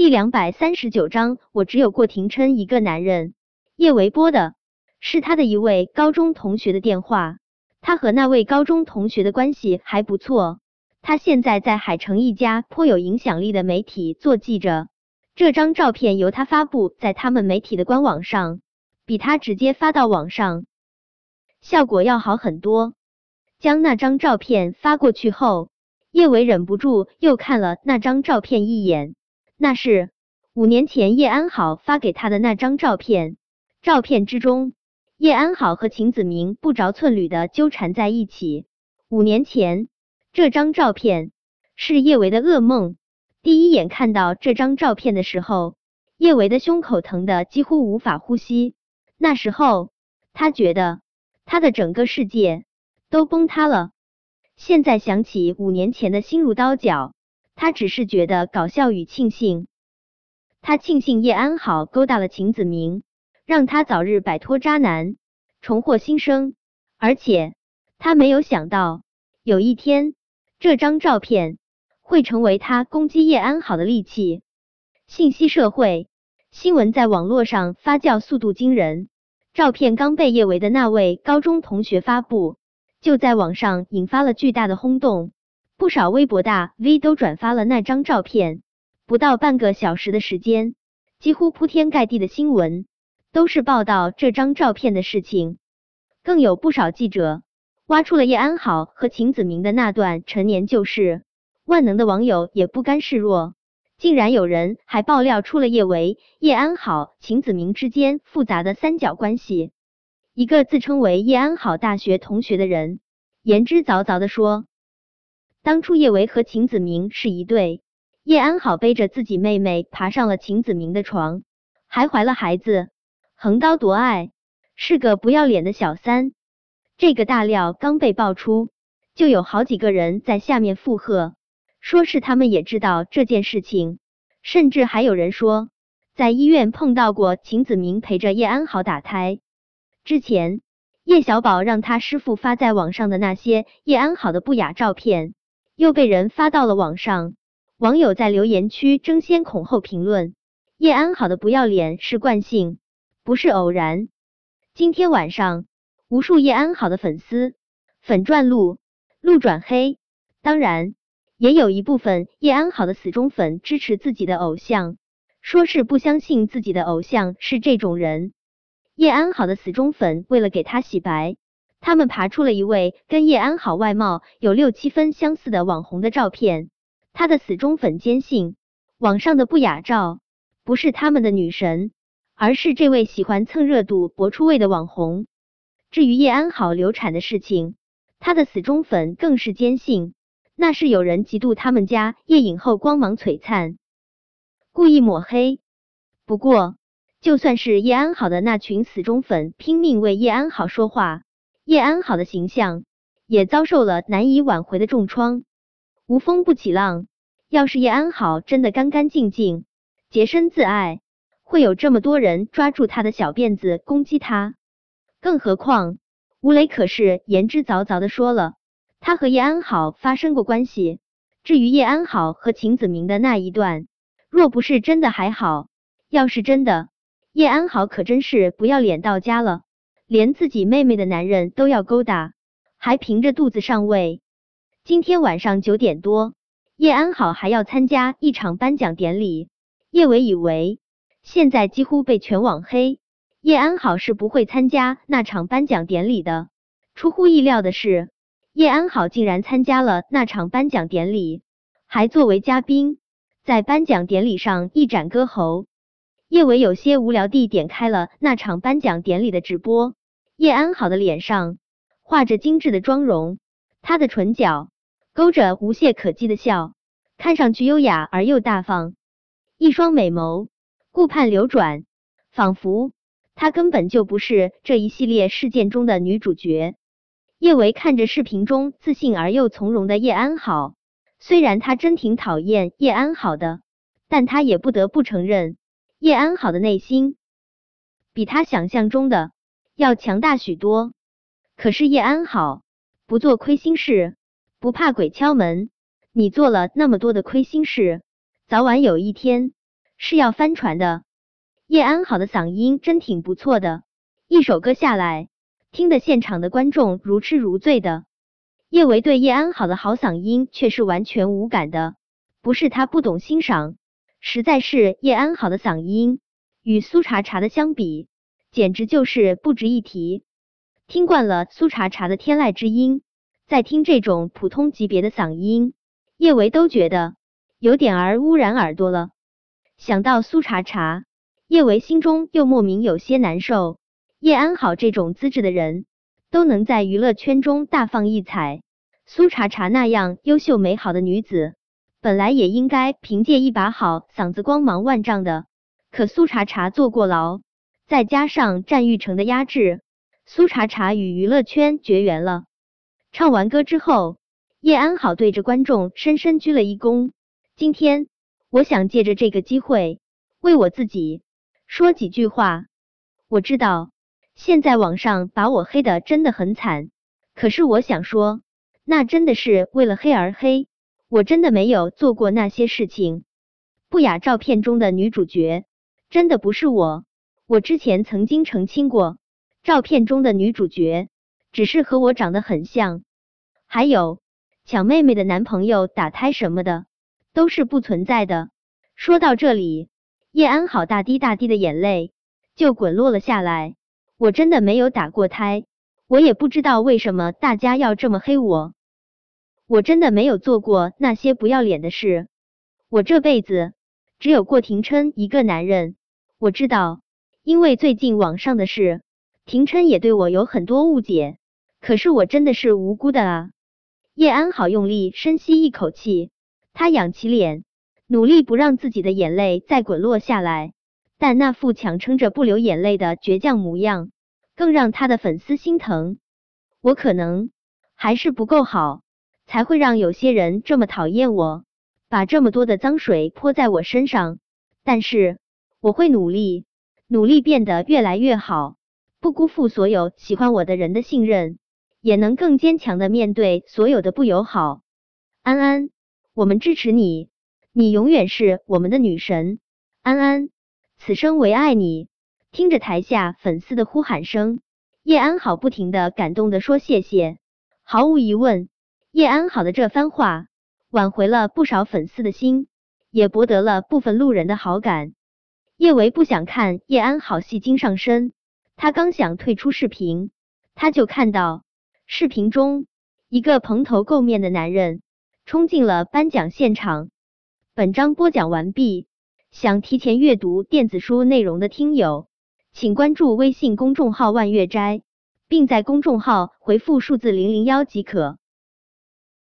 第239章，我只有过廷琛一个男人。叶维拨的是他的一位高中同学的电话，他和那位高中同学的关系还不错，他现在在海城一家颇有影响力的媒体做记者。这张照片由他发布在他们媒体的官网上，比他直接发到网上效果要好很多。将那张照片发过去后，叶维忍不住又看了那张照片一眼，那是5年前叶安好发给他的那张照片。照片之中，叶安好和秦子明不着寸缕的纠缠在一起。5年前，这张照片是叶维的噩梦。第一眼看到这张照片的时候，叶维的胸口疼得几乎无法呼吸。那时候，他觉得他的整个世界都崩塌了。现在想起5年前的心如刀绞，他只是觉得搞笑与庆幸。他庆幸叶安好勾搭了秦子明，让他早日摆脱渣男，重获新生。而且他没有想到，有一天这张照片会成为他攻击叶安好的利器。信息社会，新闻在网络上发酵速度惊人。照片刚被叶维的那位高中同学发布，就在网上引发了巨大的轰动，不少微博大 V 都转发了那张照片。不到半个小时的时间，几乎铺天盖地的新闻都是报道这张照片的事情。更有不少记者挖出了叶安好和秦子明的那段陈年旧事。万能的网友也不甘示弱，竟然有人还爆料出了叶维、叶安好、秦子明之间复杂的三角关系。一个自称为叶安好大学同学的人言之凿凿地说，当初叶维和秦子明是一对，叶安好背着自己妹妹爬上了秦子明的床，还怀了孩子，横刀夺爱，是个不要脸的小三。这个大料刚被爆出，就有好几个人在下面附和，说是他们也知道这件事情，甚至还有人说在医院碰到过秦子明陪着叶安好打胎。之前叶小宝让他师父发在网上的那些叶安好的不雅照片，又被人发到了网上。网友在留言区争先恐后评论，叶安好的不要脸是惯性，不是偶然。今天晚上，无数叶安好的粉丝粉转路转黑，当然也有一部分叶安好的死忠粉支持自己的偶像，说是不相信自己的偶像是这种人。叶安好的死忠粉为了给他洗白，他们爬出了一位跟叶安好外貌有6、7分相似的网红的照片。他的死忠粉坚信，网上的不雅照不是他们的女神，而是这位喜欢蹭热度博出位的网红。至于叶安好流产的事情，他的死忠粉更是坚信，那是有人嫉妒他们家叶影后光芒璀璨，故意抹黑。不过，就算是叶安好的那群死忠粉拼命为叶安好说话，叶安好的形象也遭受了难以挽回的重创。无风不起浪，要是叶安好真的干干净净，洁身自爱，会有这么多人抓住他的小辫子攻击他。更何况，吴磊可是言之凿凿的说了，他和叶安好发生过关系。至于叶安好和秦子明的那一段，若不是真的还好，要是真的，叶安好可真是不要脸到家了，连自己妹妹的男人都要勾搭，还凭着肚子上位。今天晚上9点多，叶安好还要参加一场颁奖典礼。叶维以为现在几乎被全网黑，叶安好是不会参加那场颁奖典礼的。出乎意料的是，叶安好竟然参加了那场颁奖典礼，还作为嘉宾，在颁奖典礼上一展歌喉。叶维有些无聊地点开了那场颁奖典礼的直播。叶安好的脸上画着精致的妆容，她的唇角勾着无懈可击的笑，看上去优雅而又大方，一双美眸顾盼流转，仿佛她根本就不是这一系列事件中的女主角。叶维看着视频中自信而又从容的叶安好，虽然他真挺讨厌叶安好的，但他也不得不承认，叶安好的内心比他想象中的要强大许多。可是叶安好不做亏心事，不怕鬼敲门，你做了那么多的亏心事，早晚有一天是要翻船的。叶安好的嗓音真挺不错的，一首歌下来，听得现场的观众如痴如醉的。叶维对叶安好的好嗓音却是完全无感的，不是他不懂欣赏，实在是叶安好的嗓音与苏茶茶的相比，简直就是不值一提。听惯了苏茶茶的天籁之音，再听这种普通级别的嗓音，叶维都觉得有点儿污染耳朵了。想到苏茶茶，叶维心中又莫名有些难受。叶安好这种资质的人，都能在娱乐圈中大放异彩。苏茶茶那样优秀美好的女子，本来也应该凭借一把好嗓子光芒万丈的。可苏茶茶坐过牢，再加上战玉成的压制，苏茶茶与娱乐圈绝缘了。唱完歌之后，叶安好对着观众深深鞠了一躬。今天，我想借着这个机会，为我自己说几句话。我知道，现在网上把我黑的真的很惨，可是我想说，那真的是为了黑而黑，我真的没有做过那些事情。不雅照片中的女主角，真的不是我。我之前曾经澄清过，照片中的女主角只是和我长得很像。还有，抢妹妹的男朋友打胎什么的，都是不存在的。说到这里，叶安好大滴大滴的眼泪就滚落了下来。我真的没有打过胎，我也不知道为什么大家要这么黑我。我真的没有做过那些不要脸的事。我这辈子只有过廷琛一个男人。我知道，因为最近网上的事，廷琛也对我有很多误解，可是我真的是无辜的啊。叶安好用力深吸一口气，他仰起脸，努力不让自己的眼泪再滚落下来，但那副强撑着不流眼泪的倔强模样，更让他的粉丝心疼。我可能还是不够好，才会让有些人这么讨厌我，把这么多的脏水泼在我身上。但是我会努力变得越来越好，不辜负所有喜欢我的人的信任，也能更坚强的面对所有的不友好。安安，我们支持你，你永远是我们的女神。安安，此生唯爱你。听着台下粉丝的呼喊声，叶安好不停的感动的说谢谢。毫无疑问，叶安好的这番话挽回了不少粉丝的心，也博得了部分路人的好感。叶维不想看叶安好戏精上身，他刚想退出视频，他就看到视频中一个蓬头垢面的男人冲进了颁奖现场。本章播讲完毕，想提前阅读电子书内容的听友，请关注微信公众号万月斋，并在公众号回复数字001即可。